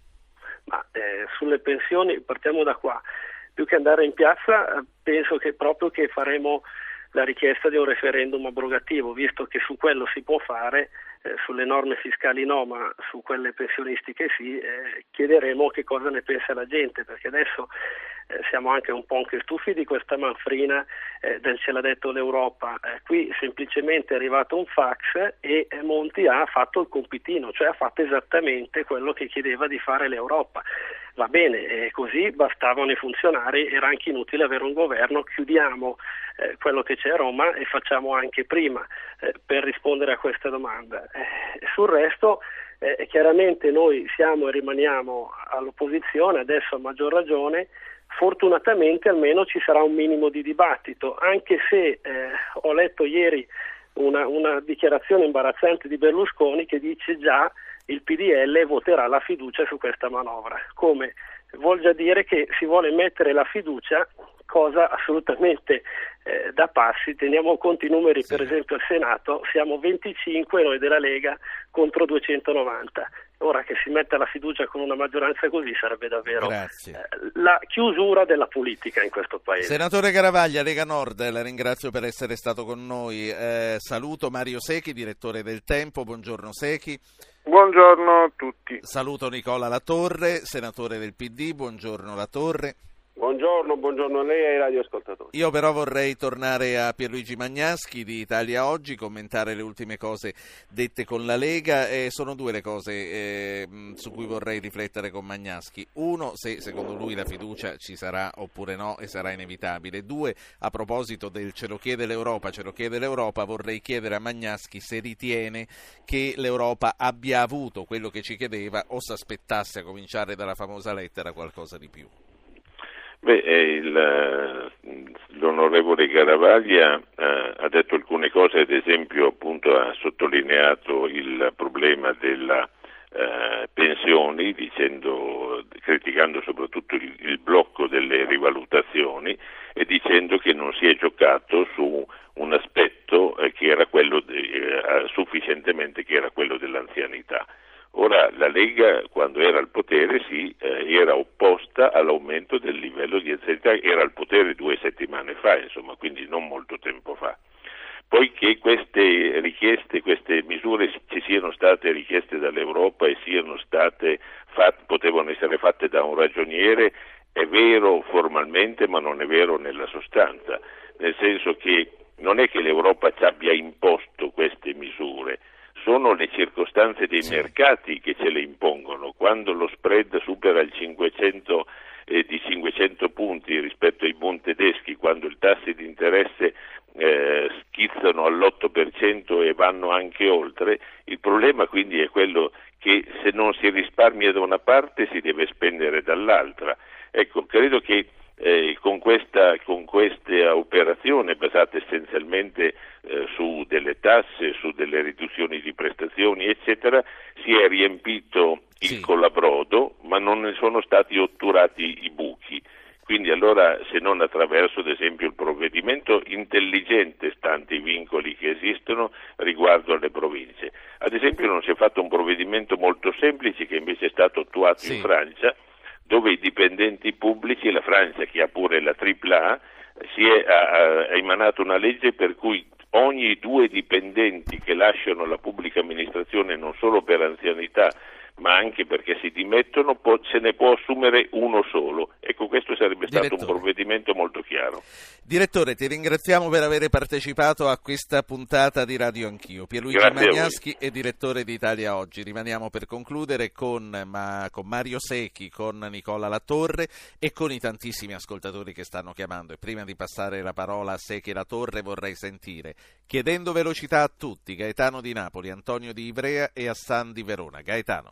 Ma eh, sulle pensioni partiamo da qua. Più che andare in piazza, penso che proprio che faremo la richiesta di un referendum abrogativo, visto che su quello si può fare, eh, sulle norme fiscali no, ma su quelle pensionistiche sì, eh, chiederemo che cosa ne pensa la gente, perché adesso eh, siamo anche un po' anche stufi di questa manfrina eh, del ce l'ha detto l'Europa. Eh, qui semplicemente è arrivato un fax e eh, Monti ha fatto il compitino, cioè ha fatto esattamente quello che chiedeva di fare l'Europa. Va bene, eh, così bastavano i funzionari, era anche inutile avere un governo, chiudiamo eh, quello che c'è a Roma e facciamo anche prima eh, per rispondere a questa domanda. Eh, sul resto eh, chiaramente noi siamo e rimaniamo all'opposizione, adesso a maggior ragione. Fortunatamente almeno ci sarà un minimo di dibattito, anche se eh, ho letto ieri una, una dichiarazione imbarazzante di Berlusconi che dice già il P D L voterà la fiducia su questa manovra, come vuol già dire che si vuole mettere la fiducia, cosa assolutamente eh, da passi. Teniamo conto i numeri, sì. Per esempio al Senato siamo venticinque noi della Lega contro duecentonovanta. Ora che si metta la fiducia con una maggioranza così sarebbe davvero eh, la chiusura della politica in questo paese. Senatore Garavaglia, Lega Nord, la ringrazio per essere stato con noi. Eh, saluto Mario Secchi, direttore del Tempo. Buongiorno Secchi. Buongiorno a tutti. Saluto Nicola Latorre, senatore del P D. Buongiorno Latorre. Buongiorno, buongiorno a lei e ai radioascoltatori. Io però vorrei tornare a Pierluigi Magnaschi di Italia Oggi, commentare le ultime cose dette con la Lega. Eh, sono due le cose eh, su cui vorrei riflettere con Magnaschi. Uno, se secondo lui la fiducia ci sarà oppure no e sarà inevitabile. Due, a proposito del ce lo chiede l'Europa, ce lo chiede l'Europa, vorrei chiedere a Magnaschi se ritiene che l'Europa abbia avuto quello che ci chiedeva o si aspettasse, a cominciare dalla famosa lettera, qualcosa di più. Beh, il, l'onorevole Garavaglia eh, ha detto alcune cose, ad esempio appunto ha sottolineato il problema della eh, pensioni, dicendo, criticando soprattutto il, il blocco delle rivalutazioni e dicendo che non si è giocato su un aspetto eh, che era quello de, eh, sufficientemente che era quello dell'anzianità. Ora la Lega quando era al potere si eh, era opposta all'aumento del livello di anzianità, era al potere due settimane fa, insomma, quindi non molto tempo fa. Poiché queste richieste, queste misure ci siano state richieste dall'Europa e siano state fatte, potevano essere fatte da un ragioniere, è vero formalmente ma non è vero nella sostanza, nel senso che non è che l'Europa ci abbia imposto queste misure, sono le circostanze dei sì. mercati che ce le impongono. Quando lo spread supera il cinquecento eh, di cinquecento punti rispetto ai bund tedeschi, quando i tassi di interesse eh, schizzano all'otto per cento e vanno anche oltre, il problema quindi è quello che se non si risparmia da una parte si deve spendere dall'altra. Ecco, credo che Eh, con questa con questa operazione basata essenzialmente eh, su delle tasse, su delle riduzioni di prestazioni eccetera, si è riempito il sì. colabrodo ma non ne sono stati otturati i buchi. Quindi allora, se non attraverso ad esempio il provvedimento intelligente stante i vincoli che esistono riguardo alle province, ad esempio non si è fatto un provvedimento molto semplice che invece è stato attuato sì. in Francia, dove i dipendenti pubblici, la Francia che ha pure la tripla A, si è ha, ha emanato una legge per cui ogni due dipendenti che lasciano la pubblica amministrazione non solo per anzianità ma anche perché si dimettono, può, se ne può assumere uno solo. Ecco, questo sarebbe stato Direttore. un provvedimento molto chiaro. Direttore, ti ringraziamo per aver partecipato a questa puntata di Radio Anch'io. Pierluigi Magnaschi è direttore di Italia Oggi. Rimaniamo per concludere con, ma, con Mario Secchi, con Nicola Latorre e con i tantissimi ascoltatori che stanno chiamando. E prima di passare la parola a Secchi e Latorre vorrei sentire, chiedendo velocità a tutti, Gaetano di Napoli, Antonio di Ivrea e Hassan di Verona. Gaetano.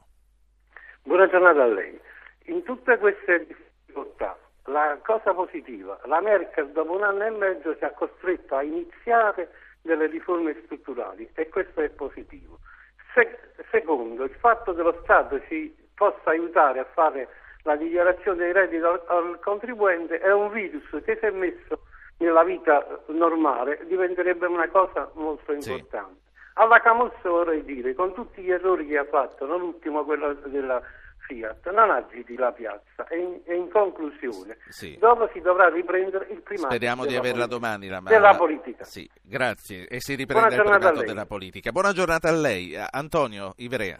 Buona giornata a lei. In tutte queste difficoltà, la cosa positiva, la Merkel dopo un anno e mezzo ci ha costretto a iniziare delle riforme strutturali e questo è positivo. Se, secondo, il fatto che lo Stato ci possa aiutare a fare la dichiarazione dei redditi al, al contribuente, è un virus che se messo nella vita normale diventerebbe una cosa molto importante. Sì. Alla Camorra vorrei dire, con tutti gli errori che ha fatto, non l'ultimo quello della Fiat, non agiti la piazza e in, e in conclusione sì. dopo si dovrà riprendere il primato speriamo di averla politica, domani la della politica. Sì, grazie, e si riprende il primato della politica. Buona giornata a lei. Antonio Ivrea.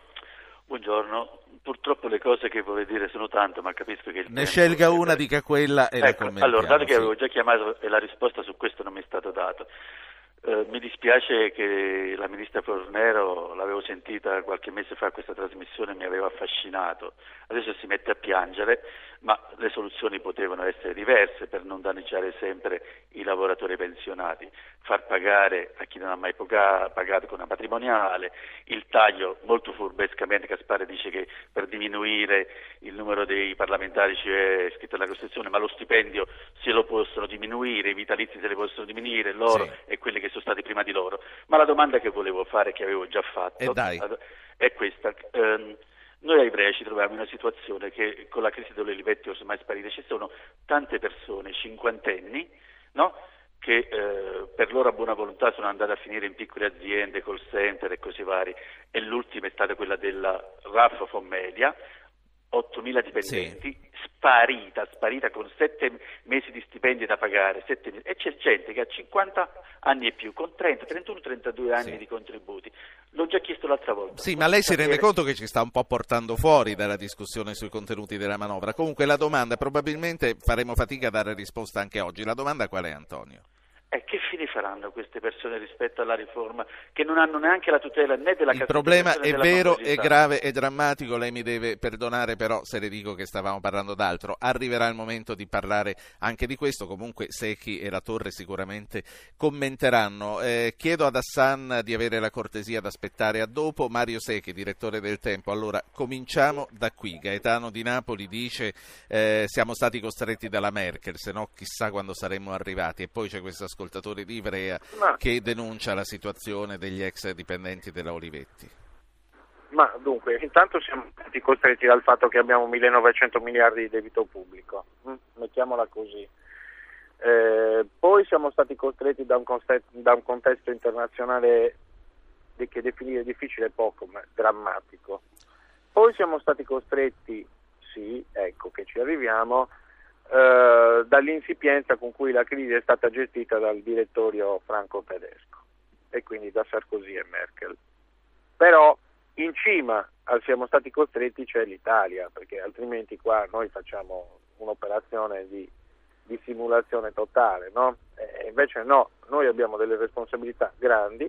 Buongiorno. Purtroppo le cose che vorrei dire sono tante, ma capisco che il ne scelga una, dica quella e ecco, la commentiamo. Allora, dato che sì. avevo già chiamato e la risposta su questo non mi è stata data, eh, mi dispiace che la ministra Fornero, l'avevo sentita qualche mese fa, questa trasmissione mi aveva affascinato, adesso si mette a piangere, ma le soluzioni potevano essere diverse per non danneggiare sempre i lavoratori pensionati, far pagare a chi non ha mai pagato con una patrimoniale, il taglio molto furbescamente, Gaspare dice che per diminuire il numero dei parlamentari c'è scritto nella Costituzione, ma lo stipendio se lo possono diminuire, i vitalizi se li possono diminuire, loro sì. e quelli che sono stati prima di loro. Ma la domanda che volevo fare, che avevo già fatto, e dai. è questa. Um, Noi a Ivrea ci troviamo in una situazione che con la crisi dell'Olivetti ormai sparite, ci sono tante persone cinquantenni, no? che eh, per loro buona volontà sono andate a finire in piccole aziende, call center e così vari, e l'ultima è stata quella della R A F Fonmedia, ottomila dipendenti, sì. sparita, sparita con sette mesi di stipendi da pagare, sette mesi. E c'è gente che ha cinquanta anni e più, con trenta, trentuno, trentadue anni sì. di contributi. L'ho già chiesto l'altra volta. Sì, ma lei si rende conto che ci sta un po' portando fuori dalla discussione sui contenuti della manovra. Comunque la domanda, probabilmente faremo fatica a dare risposta anche oggi. La domanda qual è, Antonio? E che fine faranno queste persone rispetto alla riforma che non hanno neanche la tutela né della Il problema è vero, è grave, è drammatico, lei mi deve perdonare però se le dico che stavamo parlando d'altro. Arriverà il momento di parlare anche di questo, comunque Secchi e La Torre sicuramente commenteranno. Eh, chiedo ad Hassan di avere la cortesia di aspettare a dopo. Mario Secchi, direttore del Tempo. Allora, cominciamo da qui. Gaetano di Napoli dice eh, siamo stati costretti dalla Merkel, se no chissà quando saremmo arrivati. E poi c'è questa ascoltatore di Ivrea ma, che denuncia la situazione degli ex dipendenti della Olivetti. Ma dunque, intanto siamo stati costretti dal fatto che abbiamo millenovecento miliardi di debito pubblico, mm, mettiamola così. Eh, poi siamo stati costretti da un, contesto, da un contesto internazionale di, che definire difficile poco, ma drammatico. Poi siamo stati costretti, sì, ecco che ci arriviamo, Uh, dall'insipienza con cui la crisi è stata gestita dal direttorio franco-tedesco e quindi da Sarkozy e Merkel. Però in cima al siamo stati costretti c'è l'Italia, perché altrimenti qua noi facciamo un'operazione di, di simulazione totale, no? E invece no, noi abbiamo delle responsabilità grandi.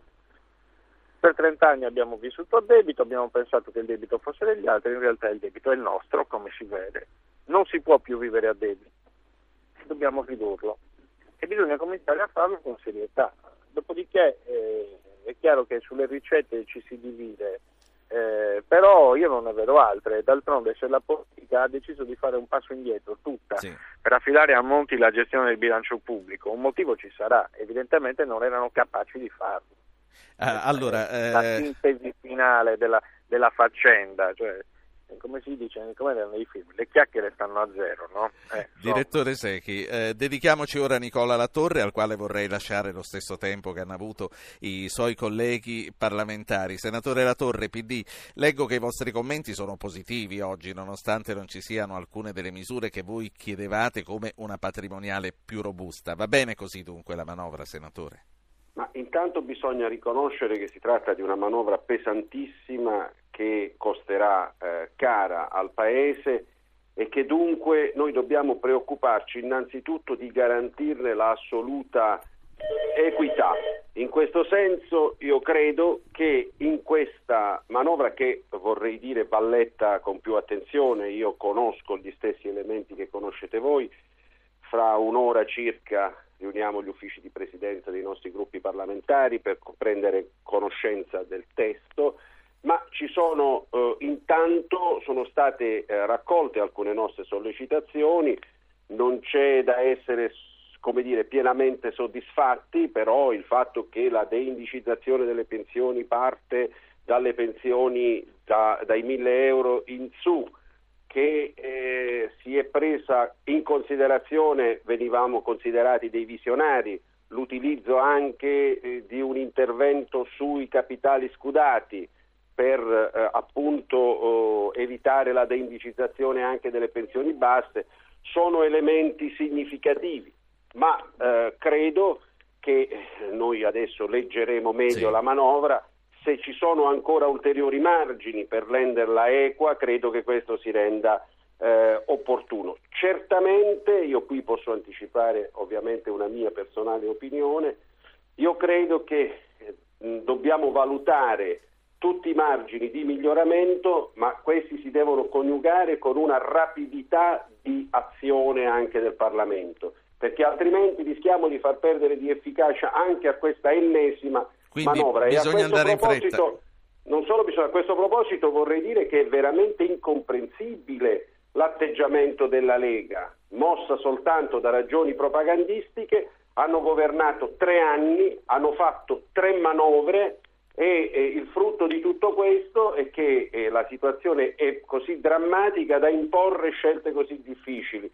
Per trenta anni abbiamo vissuto a debito, abbiamo pensato che il debito fosse degli altri, in realtà il debito è il nostro, come si vede. Non si può più vivere a debito, dobbiamo ridurlo e bisogna cominciare a farlo con serietà. Dopodiché eh, è chiaro che sulle ricette ci si divide, eh, però io non ne vedo altre. D'altronde se la politica ha deciso di fare un passo indietro tutta sì. per affidare a Monti la gestione del bilancio pubblico, un motivo ci sarà, evidentemente non erano capaci di farlo. Ah, allora, eh... la sintesi finale della, della faccenda, cioè come si dice, come erano i film, le chiacchiere stanno a zero, no? Eh, Direttore Secchi, eh, dedichiamoci ora a Nicola La Torre, al quale vorrei lasciare lo stesso tempo che hanno avuto i suoi colleghi parlamentari. Senatore La Torre, P D, leggo che i vostri commenti sono positivi oggi, nonostante non ci siano alcune delle misure che voi chiedevate come una patrimoniale più robusta. Va bene così dunque la manovra, senatore? Ma intanto bisogna riconoscere che si tratta di una manovra pesantissima che costerà eh, cara al Paese e che dunque noi dobbiamo preoccuparci innanzitutto di garantirne l'assoluta equità. In questo senso io credo che in questa manovra, che vorrei dire va letta con più attenzione, io conosco gli stessi elementi che conoscete voi, fra un'ora circa riuniamo gli uffici di presidenza dei nostri gruppi parlamentari per prendere conoscenza del testo, ma ci sono eh, intanto sono state eh, raccolte alcune nostre sollecitazioni, non c'è da essere come dire pienamente soddisfatti, però il fatto che la deindicizzazione delle pensioni parte dalle pensioni da, dai mille euro in su, che eh, si è presa in considerazione, venivamo considerati dei visionari, l'utilizzo anche eh, di un intervento sui capitali scudati per eh, appunto eh, evitare la deindicizzazione anche delle pensioni basse, sono elementi significativi, ma eh, credo che noi adesso leggeremo meglio sì. la manovra. Se ci sono ancora ulteriori margini per renderla equa, credo che questo si renda eh, opportuno. Certamente, io qui posso anticipare ovviamente una mia personale opinione, io credo che eh, dobbiamo valutare tutti i margini di miglioramento, ma questi si devono coniugare con una rapidità di azione anche del Parlamento, perché altrimenti rischiamo di far perdere di efficacia anche a questa ennesima Quindi manovra. bisogna e a andare in fretta. Non solo bisogna, a questo proposito vorrei dire che è veramente incomprensibile l'atteggiamento della Lega, mossa soltanto da ragioni propagandistiche. Hanno governato tre anni, hanno fatto tre manovre e, e il frutto di tutto questo è che eh, la situazione è così drammatica da imporre scelte così difficili.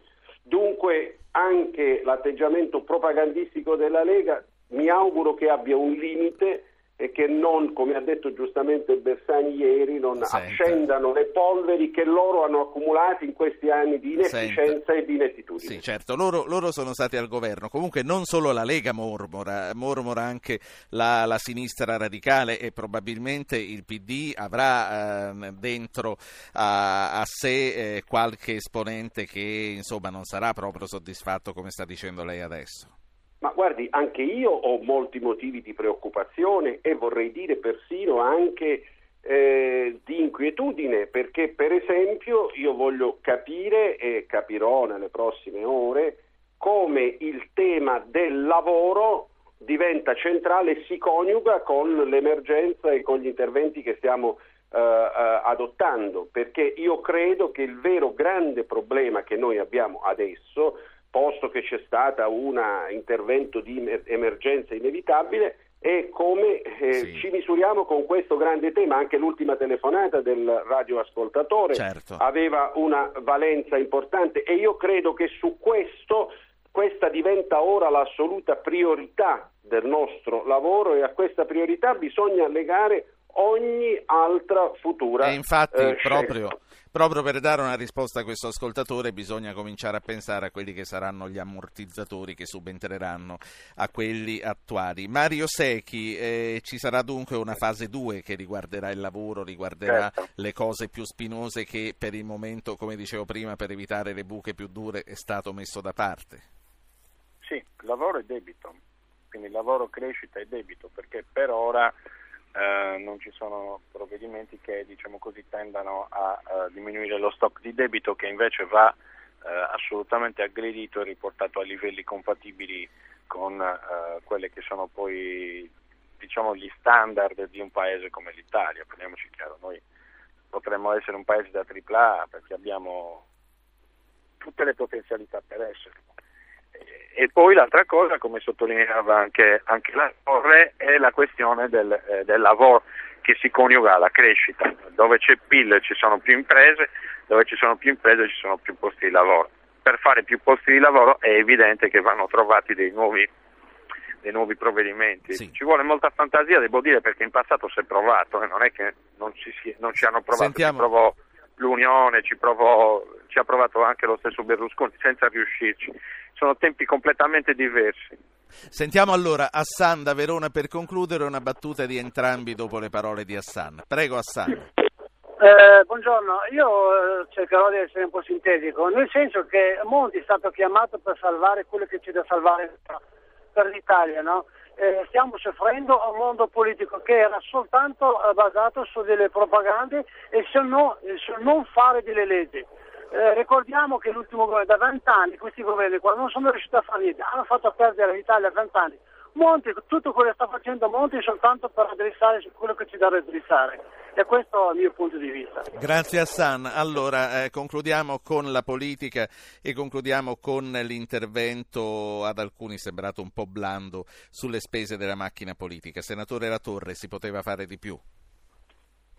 Dunque anche l'atteggiamento propagandistico della Lega mi auguro che abbia un limite e che non, come ha detto giustamente Bersani ieri, non Senta. accendano le polveri che loro hanno accumulato in questi anni di inefficienza Senta. e di inettitudine. Sì, certo, loro, loro sono stati al governo. Comunque non solo la Lega mormora, mormora anche la, la sinistra radicale e probabilmente il P D avrà eh, dentro a, a sé eh, qualche esponente che insomma non sarà proprio soddisfatto, come sta dicendo lei adesso. Ma guardi, anche io ho molti motivi di preoccupazione e vorrei dire persino anche eh, di inquietudine, perché per esempio io voglio capire e capirò nelle prossime ore come il tema del lavoro diventa centrale e si coniuga con l'emergenza e con gli interventi che stiamo eh, eh, adottando, perché io credo che il vero grande problema che noi abbiamo adesso, posto che c'è stata un intervento di emergenza inevitabile, e come eh, sì. ci misuriamo con questo grande tema. Anche l'ultima telefonata del radioascoltatore certo. aveva una valenza importante e io credo che su questo questa diventa ora l'assoluta priorità del nostro lavoro e a questa priorità bisogna legare ogni altra futura e infatti eh, proprio, proprio per dare una risposta a questo ascoltatore bisogna cominciare a pensare a quelli che saranno gli ammortizzatori che subentreranno a quelli attuali. Mario Secchi, eh, ci sarà dunque una fase due che riguarderà il lavoro, riguarderà certo. le cose più spinose che per il momento, come dicevo prima, per evitare le buche più dure è stato messo da parte. Sì, lavoro e debito, quindi lavoro, crescita e debito, perché per ora Eh, non ci sono provvedimenti che, diciamo così, tendano a, a diminuire lo stock di debito, che invece va eh, assolutamente aggredito e riportato a livelli compatibili con eh, quelle che sono poi, diciamo, gli standard di un paese come l'Italia. Parliamoci chiaro, noi potremmo essere un paese da tripla A perché abbiamo tutte le potenzialità per essere. E poi l'altra cosa, come sottolineava anche, anche la Torre, è la questione del, eh, del lavoro che si coniuga alla crescita. Dove c'è P I L ci sono più imprese, dove ci sono più imprese ci sono più posti di lavoro. Per fare più posti di lavoro è evidente che vanno trovati dei nuovi, dei nuovi provvedimenti. Sì. Ci vuole molta fantasia, devo dire, perché in passato si è provato, eh, non è che non ci, si, non ci hanno provato, Sentiamo. ci provò l'Unione, ci, provò, ci ha provato anche lo stesso Berlusconi senza riuscirci. Sono tempi completamente diversi. Sentiamo allora Hassan da Verona per concludere, una battuta di entrambi dopo le parole di Hassan. Prego Hassan. Eh, buongiorno, io eh, cercherò di essere un po' sintetico, nel senso che Monti è stato chiamato per salvare quello che c'è da salvare per l'Italia, no? Eh, stiamo soffrendo un mondo politico che era soltanto eh, basato su delle propagande e sul, no, sul non fare delle leggi. Eh, ricordiamo che l'ultimo governo, da vent'anni, questi governi qua non sono riusciti a fare niente, hanno fatto perdere l'Italia vent'anni. Monti, tutto quello che sta facendo Monti è soltanto per raddrizzare quello che ci da raddrizzare. E questo è il mio punto di vista. Grazie Hassan. Allora eh, concludiamo con la politica e concludiamo con l'intervento ad alcuni sembrato un po' blando sulle spese della macchina politica. Senatore Latorre, si poteva fare di più?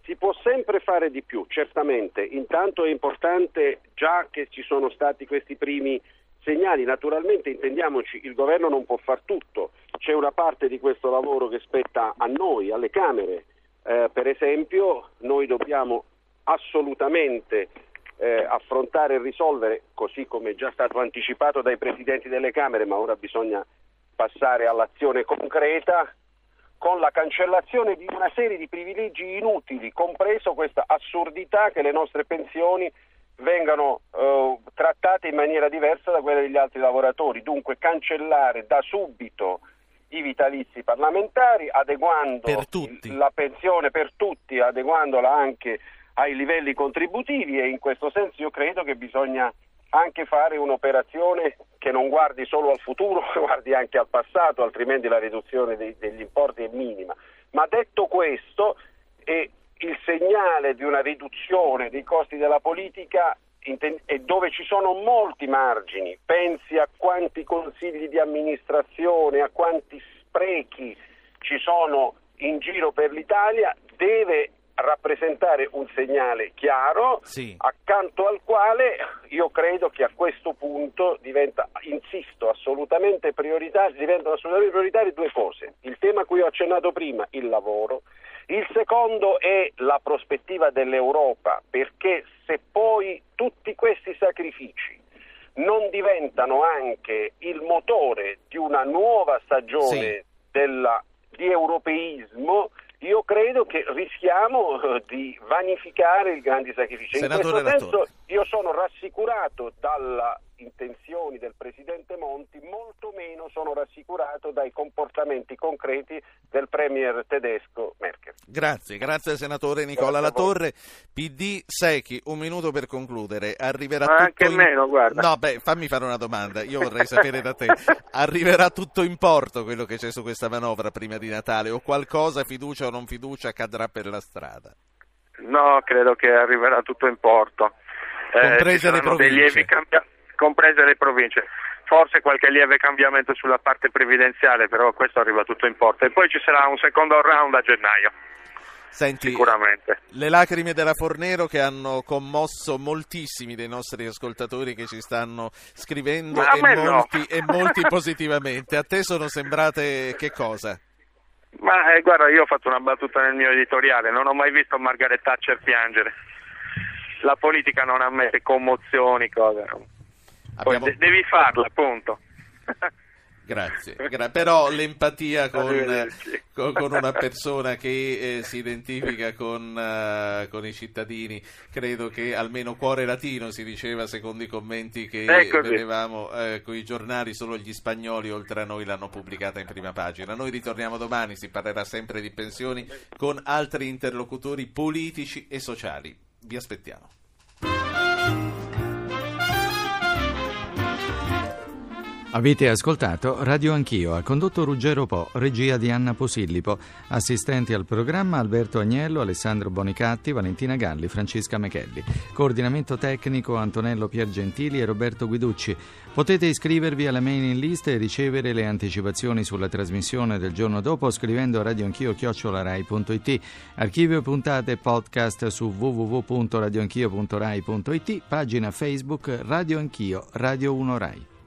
Si può sempre fare di più, certamente. Intanto è importante già che ci sono stati questi primi segnali. Naturalmente, intendiamoci, il governo non può far tutto. C'è una parte di questo lavoro che spetta a noi, alle Camere. Eh, per esempio, noi dobbiamo assolutamente eh, affrontare e risolvere, così come è già stato anticipato dai presidenti delle Camere, ma ora bisogna passare all'azione concreta, con la cancellazione di una serie di privilegi inutili, compreso questa assurdità che le nostre pensioni vengano eh, trattate in maniera diversa da quelle degli altri lavoratori. Dunque cancellare da subito i vitalizi parlamentari, adeguando la pensione per tutti, adeguandola anche ai livelli contributivi, e in questo senso io credo che bisogna anche fare un'operazione che non guardi solo al futuro, guardi anche al passato, altrimenti la riduzione dei, degli importi è minima. Ma detto questo, è il segnale di una riduzione dei costi della politica e dove ci sono molti margini. Pensi a quanti consigli di amministrazione, a quanti sprechi ci sono in giro per l'Italia, deve rappresentare un segnale chiaro, sì, accanto al quale io credo che a questo punto diventa, insisto, assolutamente prioritario, diventano assolutamente prioritarie due cose: il tema a cui ho accennato prima, il lavoro. Il secondo è la prospettiva dell'Europa, perché se poi tutti questi sacrifici non diventano anche il motore di una nuova stagione, sì, della, di europeismo, io credo che rischiamo uh, di vanificare i grandi sacrifici. Senatore In questo Latorre. senso io sono rassicurato dalle intenzioni del Presidente Monti, molto meno sono rassicurato dai comportamenti concreti del Premier tedesco Merkel. Grazie, grazie senatore Nicola Latorre. P D Secchi, un minuto per concludere. Arriverà Ma tutto anche in... meno, guarda. No, beh, fammi fare una domanda, io vorrei sapere da te. Arriverà tutto in porto quello che c'è su questa manovra prima di Natale, o qualcosa, fiducia o non fiducia, cadrà per la strada? No, credo che arriverà tutto in porto. Comprese eh, le province. Dei lievi cambia... comprese le province. Forse qualche lieve cambiamento sulla parte previdenziale, però questo arriva tutto in porto. E poi ci sarà un secondo round a gennaio. Senti, sicuramente. Le lacrime della Fornero che hanno commosso moltissimi dei nostri ascoltatori che ci stanno scrivendo, e molti, no. e molti positivamente. A te sono sembrate che cosa? Ma eh, guarda, io ho fatto una battuta nel mio editoriale, non ho mai visto Margaret Thatcher piangere. La politica non ammette commozioni, cose. Poi Abbiamo... de- devi farla, appunto. Grazie, Gra- però l'empatia con, con, con una persona che eh, si identifica con, uh, con i cittadini, credo che almeno cuore latino, si diceva secondo i commenti che vedevamo eh, con i giornali, solo gli spagnoli oltre a noi l'hanno pubblicata in prima pagina. Noi ritorniamo domani, si parlerà sempre di pensioni con altri interlocutori politici e sociali. Vi aspettiamo. Avete ascoltato Radio Anch'io, ha condotto Ruggero Po, regia di Anna Posillipo, assistenti al programma Alberto Agnello, Alessandro Bonicatti, Valentina Galli, Francesca Mechelli, coordinamento tecnico Antonello Piergentili e Roberto Guiducci. Potete iscrivervi alla mailing list e ricevere le anticipazioni sulla trasmissione del giorno dopo scrivendo a radioanchio chiocciola rai punto it, archivio puntate podcast su w w w punto radioanchio punto rai punto it, pagina Facebook Radio Anch'io, Radio uno Rai.